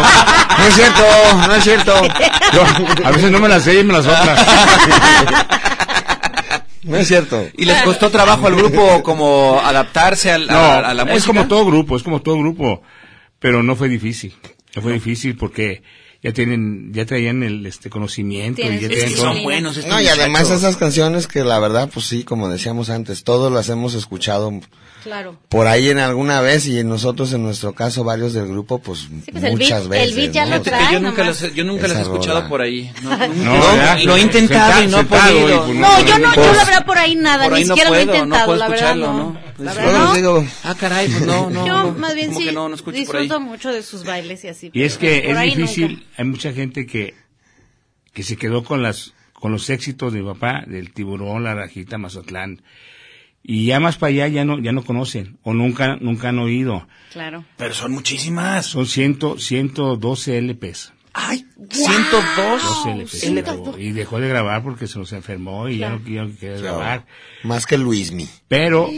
cierto. A veces no me la sé y me la sopla. No es cierto. ¿Y les costó trabajo al grupo como adaptarse a la música? Es como todo grupo, pero no fue difícil. No fue difícil porque ya traían el conocimiento y ya tienen todo. Son buenos estos y además esas canciones que la verdad, pues sí, como decíamos antes, todos las hemos escuchado. Claro. Por ahí en alguna vez y nosotros en nuestro caso varios del grupo pues muchas veces. El beat ya lo trae. Yo nunca los he escuchado por ahí. Lo he intentado y no he podido. Yo la verdad por ahí nada, ni siquiera lo he intentado, la verdad no. La verdad digo, caray, pues no. Yo más bien sí disfruto mucho de sus bailes y así. Y es que es difícil, hay mucha gente que se quedó con los éxitos de mi papá, del Tiburón, La Rajita, Mazatlán. Y ya más para allá ya no conocen o nunca han oído. Claro. Pero son muchísimas. Son 112 LPs. ¡Ay! 102 LPs. Y dejó de grabar porque se nos enfermó y ya no quería grabar. Más que Luismi. Pero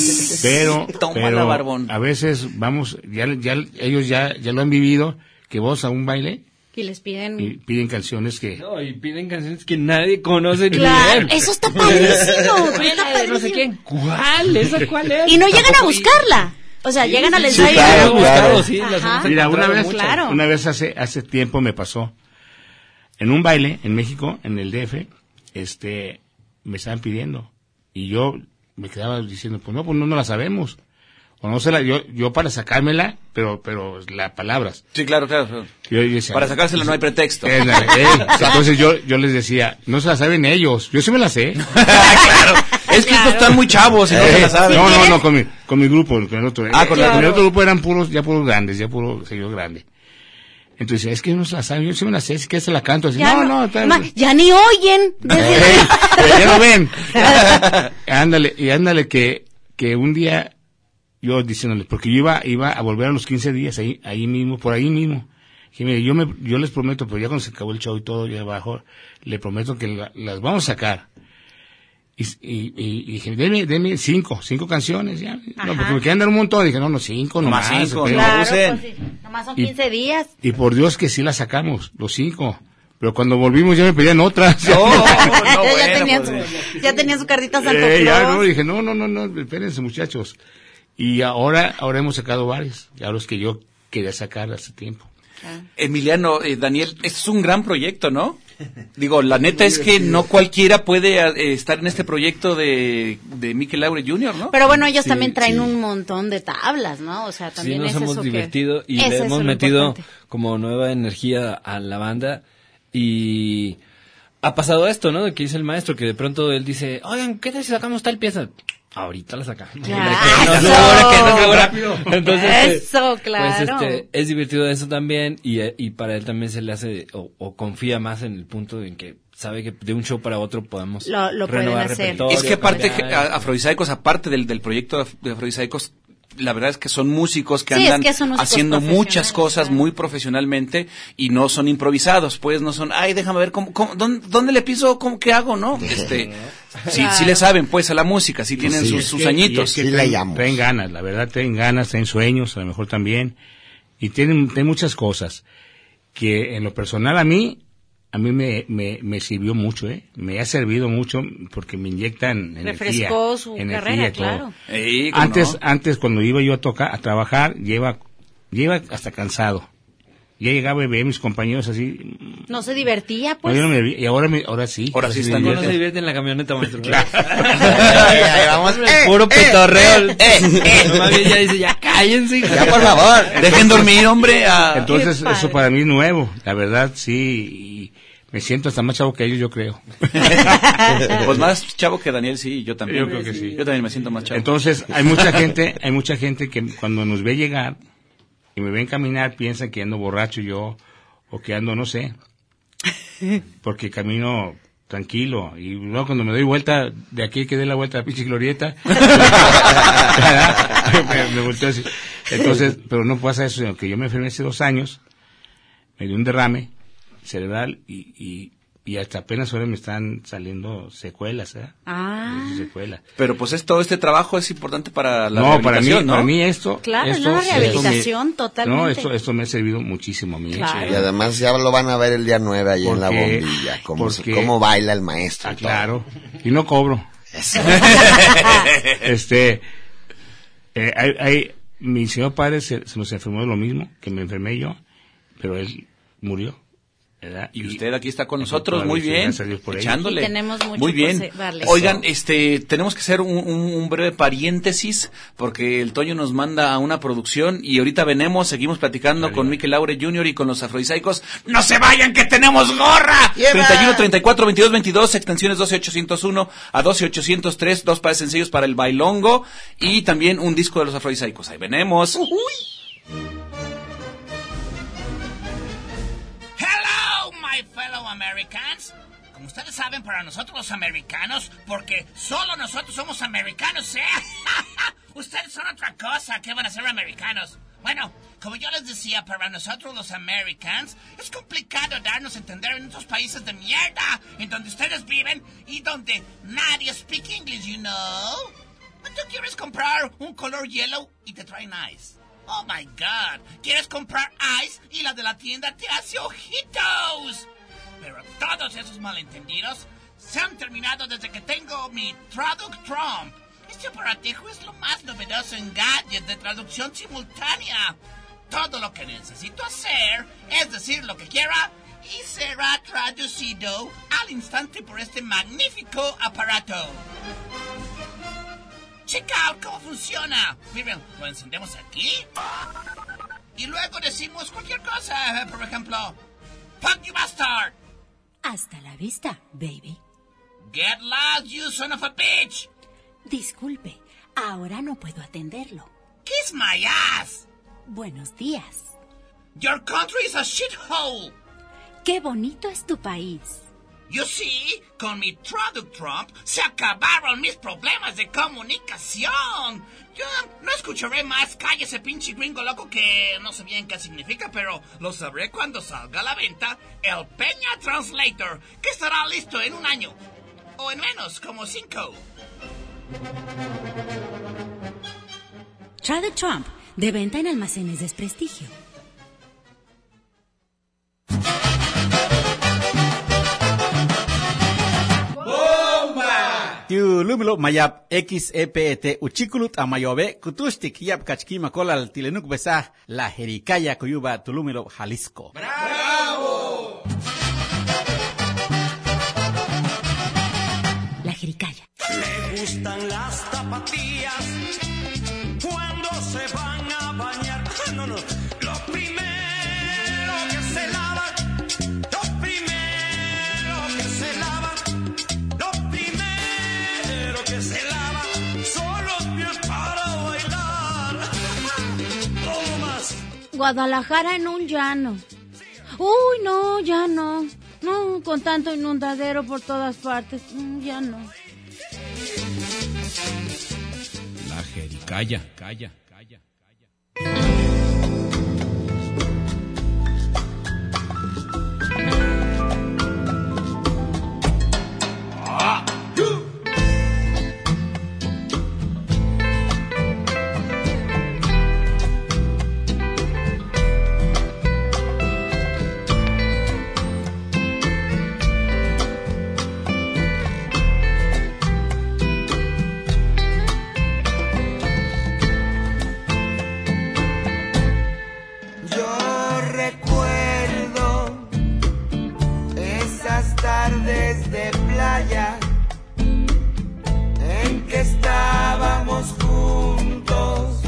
Barbón. A veces vamos, ellos ya lo han vivido, que vos a un baile. Y les piden canciones que... No, y piden canciones que nadie conoce. Claro, eso está padrísimo. No sé quién. ¿Cuál? ¿Esa cuál es? Y no llegan a buscarla. O sea, llegan al ensayo. Claro. Mira, una vez hace tiempo me pasó. En un baile en México, en el DF, me estaban pidiendo. Y yo me quedaba diciendo, pues no la sabemos. o no se la, yo para sacármela, pero las palabras. Sí, claro. Yo decía, para sacársela no hay pretexto. Entonces yo les decía, no se la saben ellos, yo sí me la sé. Claro, es que estos están muy chavos y no se la saben. No, con mi grupo, con el otro. Con el otro grupo eran puros grandes, puro seguidor grande. Entonces, es que no se la saben, yo sí me la sé, es que se la canto. Así, ya ni oyen. Ya no ven. Ándale, que un día, yo diciéndole, porque yo iba a volver a los 15 días, ahí mismo, por ahí mismo. Dije, mire, yo les prometo, pero ya cuando se acabó el show y todo, ya abajo, le prometo que las vamos a sacar. Y dije, deme cinco canciones, ya. No, porque me quedan dar un montón. Dije, no, 5, no más. 5, claro, pues sí, nomás son 15 días. Y por Dios que sí las sacamos, los 5. Pero cuando volvimos ya me pedían otras. Ya tenían su cartita Santo Claus. Ya no, dije, no, espérense muchachos. Y ahora hemos sacado varios, ya los que yo quería sacar hace tiempo. Emiliano, Daniel, este es un gran proyecto, ¿no? Digo, la neta es que no cualquiera puede estar en este proyecto de Mikel Laure Jr., ¿no? Pero bueno, ellos también traen un montón de tablas, ¿no? O sea, también nos hemos divertido y le hemos metido como nueva energía a la banda. Y ha pasado esto, ¿no? De que dice el maestro, que de pronto él dice, oigan, ¿qué tal si sacamos tal pieza? Ahorita la sacamos. Rápido. Entonces, eso, claro. Pues es divertido eso también y para él también se le hace o confía más en el punto en que sabe que de un show para otro podemos lo renovar repertorio. Es que aparte, Afrodisaicos, aparte del proyecto de Afrodisaicos, la verdad es que son músicos que andan haciendo muchas cosas muy profesionalmente y no son improvisados, pues no son, déjame ver dónde le piso, qué hago, ¿no? Sí le saben pues a la música, sí tienen sus añitos. Sí traen ganas, la verdad traen ganas, traen sueños, a lo mejor también, y tienen muchas cosas que en lo personal a mí me sirvió mucho, me ha servido mucho porque me inyectan energía. Refrescó su carrera, claro. Antes cuando iba yo a trabajar, lleva hasta cansado. Ya llegaba y veía a mis compañeros así. No se divertía, pues. No, y ahora sí. Ahora sí están. No se divierte en la camioneta, maestro. Vamos, puro pitorreo. Más bien ya dice, ya cállense. Ya, por favor, dejen dormir, hombre. Entonces, eso para mí es nuevo. La verdad, sí. Me siento hasta más chavo que ellos, yo creo. Pues más chavo que Daniel, sí, yo también. Yo creo que sí. Yo también me siento más chavo. Entonces, hay mucha gente que cuando nos ve llegar y me ven caminar piensan que ando borracho yo o que ando, no sé, porque camino tranquilo y luego cuando me doy vuelta de aquí que dé la vuelta a la pinche glorieta me volteo así. Entonces, pero no pasa eso, sino que yo me enfermé hace 2 años, me dio un derrame cerebral y hasta apenas ahora me están saliendo secuelas, secuelas. Pero pues todo este trabajo es importante para la rehabilitación, ¿no? Para mí esto... Claro, una rehabilitación totalmente. No, esto me ha servido muchísimo a mí. Claro. Y además ya lo van a ver el día 9 ahí en la bombilla, cómo baila el maestro. Claro, y no cobro. Eso. Mi señor padre se nos enfermó de lo mismo que me enfermé yo, pero él murió. ¿verdad? Y usted aquí está con nosotros, muy bien, echándole. Tenemos mucho muy bien. darles. Oigan, tenemos que hacer un breve paréntesis porque el Toño nos manda a una producción y ahorita seguimos platicando con Mikel Laure Jr. y con los Afrodisíacos. ¡No se vayan que tenemos gorra! 31 34 22 22, extensiones 12801 a 12803, 2 pares sencillos para el bailongo y también un disco de los Afrodisíacos. Ahí venemos. Fellow Americans, como ustedes saben, para nosotros los americanos, porque solo nosotros somos americanos, ¿eh? Ustedes son otra cosa, ¿qué van a ser americanos? Bueno, como yo les decía, para nosotros los americans, es complicado darnos a entender en estos países de mierda, en donde ustedes viven y donde nadie speak English, you know? Tú quieres comprar un color yellow y te traen ice. Oh my God, ¿quieres comprar ice y la de la tienda te hace ojitos? Pero todos esos malentendidos se han terminado desde que tengo mi Traduc Trump. Este aparatijo es lo más novedoso en gadgets de traducción simultánea. Todo lo que necesito hacer es decir lo que quiera y será traducido al instante por este magnífico aparato. Check out cómo funciona. Miren, lo encendemos aquí. Y luego decimos cualquier cosa. Por ejemplo, fuck you bastard. Hasta la vista, baby. Get loud, you son of a bitch. Disculpe, ahora no puedo atenderlo. Kiss my ass. Buenos días. Your country is a shithole. Qué bonito es tu país. You see, con mi Donald Trump se acabaron mis problemas de comunicación. Yo no escucharé más cállese pinche gringo loco que no sé bien qué significa, pero lo sabré cuando salga a la venta el Peña Translator, que estará listo en 1 año. O en menos, como 5. Donald Trump, de venta en almacenes desprestigio. Lumilo mayap XEPET uchikulut amayobe kutustik yap kachki makolal tilenuk besah la jericaya Cuyuba Tulumilo Jalisco. ¡Bravo! La jericaya. Me gustan las tapatías cuando se van a bañar. No, lo primero que se lava, lo primero que se lava, lo primero que se lava son los pies para bailar. ¿Cómo más? Guadalajara en un llano. Uy, no, ya no. No, con tanto inundadero por todas partes. Ya no. La jericaya. De playa en que estábamos juntos,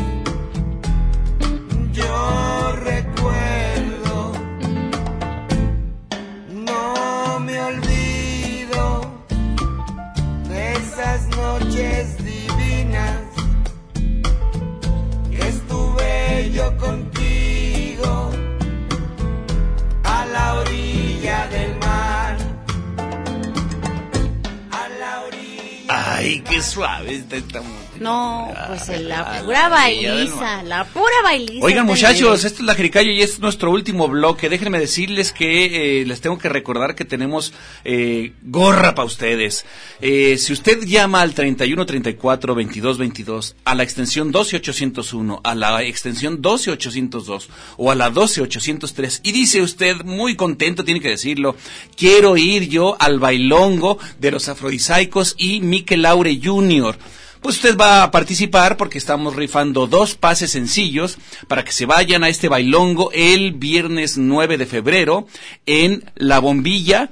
yo recuerdo, no me olvido de esas noches divinas que estuve yo contigo a la orilla del mar. Ay, qué suave está esta música. No, pues la pura bailiza. Oigan, muchachos, esto es la jericaya y es nuestro último bloque. Déjenme decirles que les tengo que recordar que tenemos gorra para ustedes. Si usted llama al 3134-2222, a la extensión 12801, a la extensión 12802 o a la 12803 y dice usted, muy contento, tiene que decirlo, quiero ir yo al bailongo de los Afrodisaicos y Mikel Laure Jr., pues usted va a participar porque estamos rifando 2 pases sencillos para que se vayan a este bailongo el viernes 9 de febrero en La Bombilla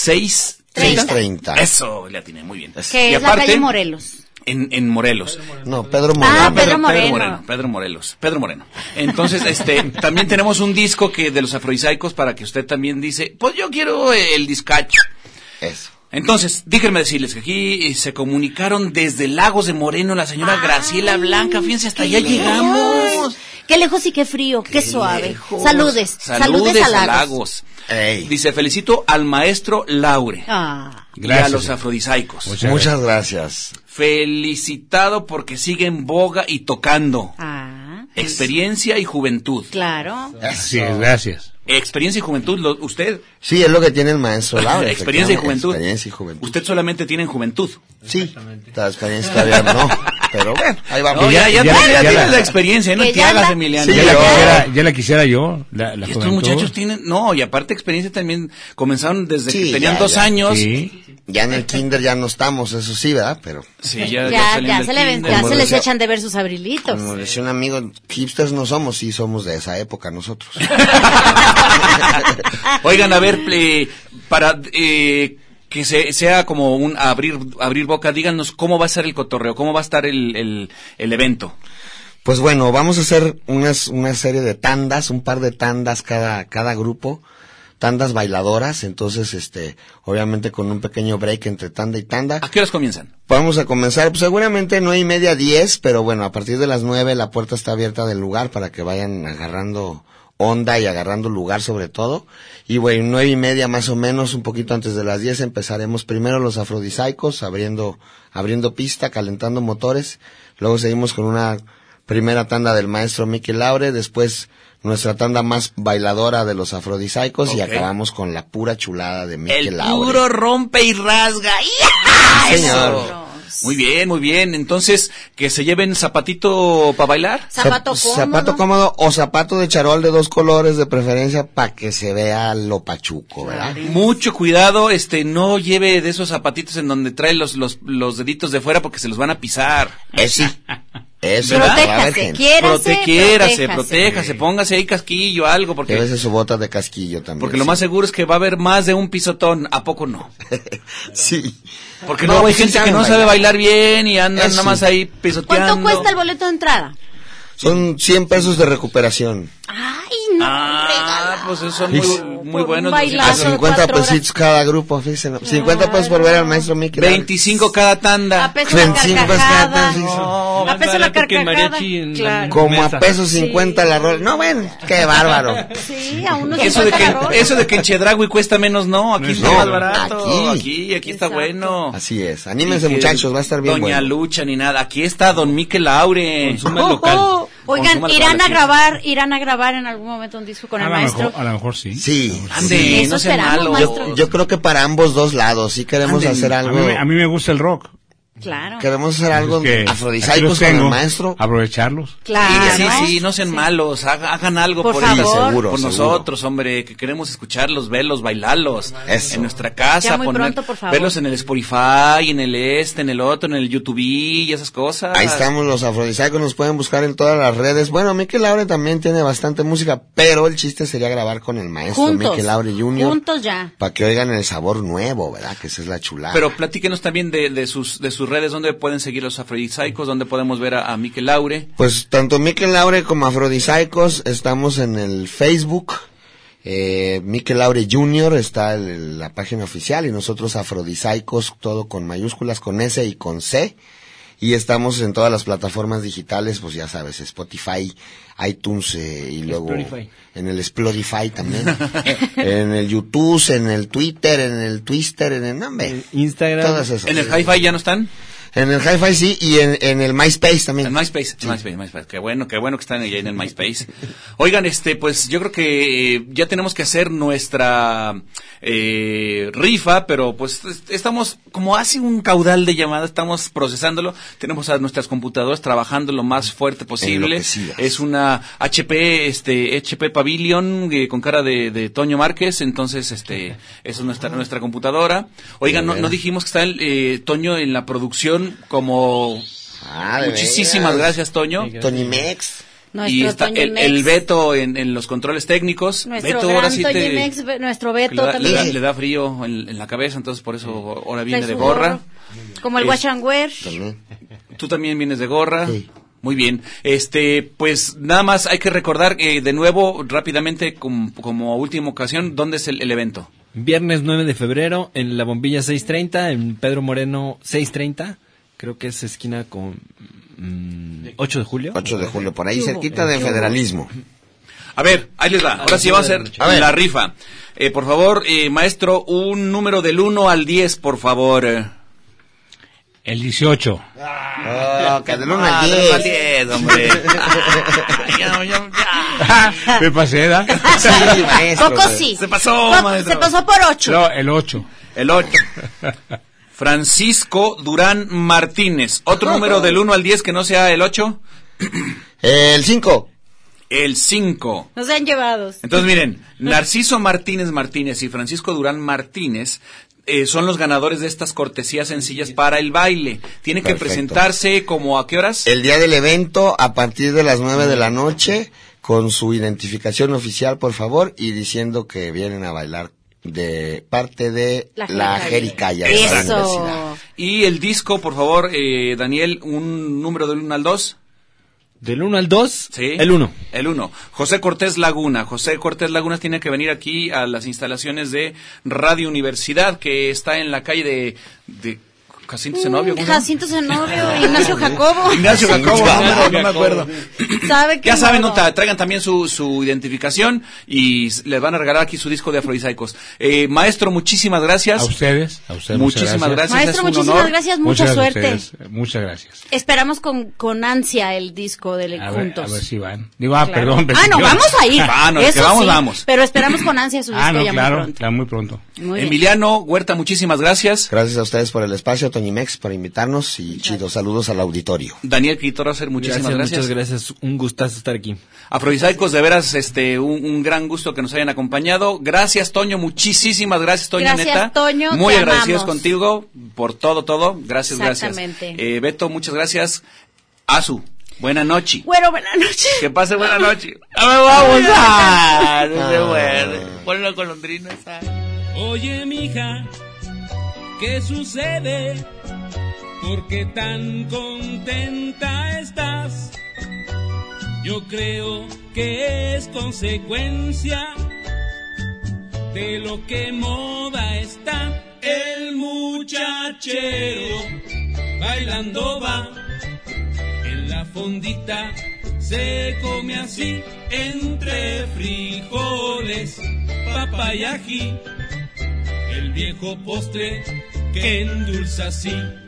630. Eso, le atiné muy bien. Que y es aparte, la calle Morelos. En Morelos. No, Pedro Moreno. Pedro Moreno. Entonces, también tenemos un disco que de los Afrodisaicos para que usted también dice, pues yo quiero el discacho. Eso. Entonces, déjenme decirles que aquí se comunicaron desde Lagos de Moreno la señora Graciela Blanca. Fíjense, hasta allá llegamos. Qué lejos y qué frío, qué suave. Lejos. Saludes a Lagos. Dice, felicito al maestro Laure. Y a los Afrodisaicos. Muchas gracias. Felicitado porque sigue en boga y tocando. Experiencia y juventud. Claro. Sí, gracias. Experiencia y juventud, usted. Sí, es lo que tiene el maestro Laure. Experiencia y juventud. Experiencia y juventud. Usted solamente tiene juventud. Sí, la experiencia todavía no, pero bueno, ahí vamos. No, ya tienes la experiencia, no te hagas, Emiliano. Sí, ya la quisiera yo, la estos juventud. muchachos tienen, y aparte experiencia también, comenzaron desde que tenían 2 años. Sí. Ya en el kinder ya no estamos, eso sí, ¿verdad? Pero sí, ya se les echan de ver sus abrilitos. Como decía un amigo, hipsters no somos, sí somos de esa época nosotros. Oigan, a ver, que sea como un abrir boca, díganos cómo va a ser el cotorreo, cómo va a estar el evento. Pues bueno, vamos a hacer una serie de tandas, un par de tandas cada grupo, tandas bailadoras, entonces obviamente con un pequeño break entre tanda y tanda. ¿A qué horas comienzan? Vamos a comenzar, pues seguramente 9:30, 10, pero bueno, a partir de las 9 la puerta está abierta del lugar para que vayan agarrando onda y agarrando lugar sobre todo. Y bueno, 9:30 más o menos, un poquito antes de las 10 empezaremos primero los Afrodisaicos, abriendo pista, calentando motores, luego seguimos con una primera tanda del maestro Mickey Laure, después nuestra tanda más bailadora de los Afrodisaicos y acabamos con la pura chulada de Mickey Laure. El puro rompe y rasga. Sí, señor. Muy bien, muy bien. Entonces, que se lleven zapatito para bailar. Zapato cómodo o zapato de charol de 2 colores de preferencia para que se vea lo pachuco, ¿verdad? Mucho cuidado, no lleve de esos zapatitos en donde trae los deditos de fuera porque se los van a pisar. Sí. Eso, protéjase, póngase ahí casquillo, algo, porque llévese su bota de casquillo también. Porque lo más seguro es que va a haber más de un pisotón, ¿a poco no? Sí. Porque no, hay gente que no sabe bailar bien y andan nada más ahí pisoteando. ¿Cuánto cuesta el boleto de entrada? Son 100 pesos de recuperación. Ay, no, pues esos son muy buenos. A 50 pesitos cada grupo, fíjense. 50 pesos por ver al maestro Mickey. 25 cada tanda. A peso 25 cada tanda. A peso la carcajada. Claro. Como a peso 50 la rola. No, bueno, qué bárbaro. Sí, a unos eso de que en Chedraui cuesta menos, no, aquí está más barato. Aquí está bueno. Así es. Anímense, muchachos, va a estar bien Doña bueno. Lucha ni nada. Aquí está Don Mickey Laure. Consume local. Oigan, irán a grabar en algún momento un disco con el maestro. A lo mejor sí. Sí. Ande, no sean malos. Yo creo que para ambos dos lados sí queremos hacer algo. A mí me gusta el rock. Claro. Queremos hacer algo afrodisaicos con el maestro. Aprovecharlos. Claro. Sí, no sean malos. Hagan algo por favor. ellos. Seguro, por nosotros, hombre, que queremos escucharlos, verlos, bailarlos. Eso. En nuestra casa. Ya muy pronto, por favor. Verlos en el Spotify, en el en el otro, en el YouTube y esas cosas. Ahí estamos los afrodisaicos, nos pueden buscar en todas las redes. Bueno, Mickey Laure también tiene bastante música, pero el chiste sería grabar con el maestro Mickey Laure Jr. Juntos ya. Para que oigan el sabor nuevo, ¿verdad? Que esa es la chulada. Pero platíquenos también de sus redes, donde pueden seguir los Afrodisaicos, donde podemos ver a Mickey Laure. Pues tanto Mickey Laure como Afrodisaicos estamos en el Facebook. Mickey Laure Jr. está la página oficial y nosotros Afrodisaicos, todo con mayúsculas, con S y con C. Y estamos en todas las plataformas digitales, pues ya sabes, Spotify, iTunes y luego en el Spotify también, en el YouTube, en el Twitter, en el Twister, en el nombre, Instagram, todas esas. ¿En el Hi-Fi ya no están? En el Hi-Fi sí, y en el MySpace también. En MySpace. Qué bueno que están ahí en el MySpace. Oigan, pues yo creo que ya tenemos que hacer nuestra rifa, pero pues estamos, como hace un caudal de llamadas, estamos procesándolo. Tenemos a nuestras computadoras trabajando lo más fuerte posible. Es una HP Pavilion con cara de Toño Márquez, entonces esa es nuestra computadora. Oigan, no dijimos que está Toño en la producción como muchísimas gracias, Toño. Tonimex. Y está el Beto en los controles técnicos. Nuestro Beto, gran ahora sí Tonimex, nuestro Beto también. le da frío en la cabeza, entonces por eso ahora viene de gorra. Como el Wash and Wear. Tú también vienes de gorra. Sí. Muy bien. Pues nada más hay que recordar de nuevo, rápidamente, como última ocasión, ¿dónde es el evento? Viernes 9 de febrero en La Bombilla 630, en Pedro Moreno 630. Creo que es esquina con 8 de julio. 8 de julio, por ahí cerquita del Federalismo. A ver, ahí les va. Ahora sí vamos a hacer la rifa. Por favor, maestro, un número del 1 al 10, por favor. El 18. Que del 1 al 10. Al 10, hombre. Me pasé, ¿da? Sí, maestro. Poco sí. Se pasó, maestro. Se pasó por 8. No, el 8. El 8. Francisco Durán Martínez. ¿Otro número del 1 al 10 que no sea el 8? El 5. El 5. Nos han llevado. Entonces, miren, Narciso Martínez y Francisco Durán Martínez son los ganadores de estas cortesías sencillas para el baile. Tienen que presentarse como ¿a qué horas? El día del evento a partir de las 9 de la noche con su identificación oficial, por favor, y diciendo que vienen a bailar de parte de La la Jericaya. Jericaya de la Eso. universidad. Y el disco, por favor, Daniel, un número del 1 al 2. Del 1 al 2, Sí. el 1. El 1. José Cortés Laguna. José Cortés Laguna tiene que venir aquí a las instalaciones de Radio Universidad, que está en la calle de Jacinto Zenobio. ¿cómo se llama? Jacinto Zenobio, Ignacio Jacobo. Ignacio Jacobo, no me acuerdo. ¿Sabe qué Ya saben, modo? traigan también su identificación y les van a regalar aquí su disco de Afrodisíacos. Maestro, muchísimas gracias. A ustedes. Muchísimas gracias. Maestro, es un muchísimas honor. gracias, mucha suerte. Muchas gracias. Esperamos con ansia el disco de juntos. A ver si van. Digo, Claro. perdón. No, vamos a ir. Los Eso que vamos, sí, vamos. Pero esperamos con ansia su disco No, ya claro, muy pronto. ya muy pronto. Muy bien. Emiliano Huerta, muchísimas gracias. Gracias a ustedes por el espacio, Toñimex, por invitarnos y chido, saludos al auditorio. Daniel Quitorracer, muchísimas gracias. Muchas gracias, un gustazo estar aquí. Afrodisíacos, de veras, un gran gusto que nos hayan acompañado. Gracias, Toño, muchísimas gracias, Toño, Gracias, neta. Toño, muy te agradecidos amamos. contigo por todo. Gracias, Exactamente. gracias. Beto, muchas gracias. Azu, buena noche. Bueno, buenas noches. Que pase buena noche. ¡No me vamos a! No se muerde. Ponle la golondrina esa. Oye, mija, ¿qué sucede? ¿Por qué tan contenta estás? Yo creo que es consecuencia de lo que moda está. El muchachero bailando va en la fondita, se come así entre frijoles, papa y ají, el viejo postre que endulza así.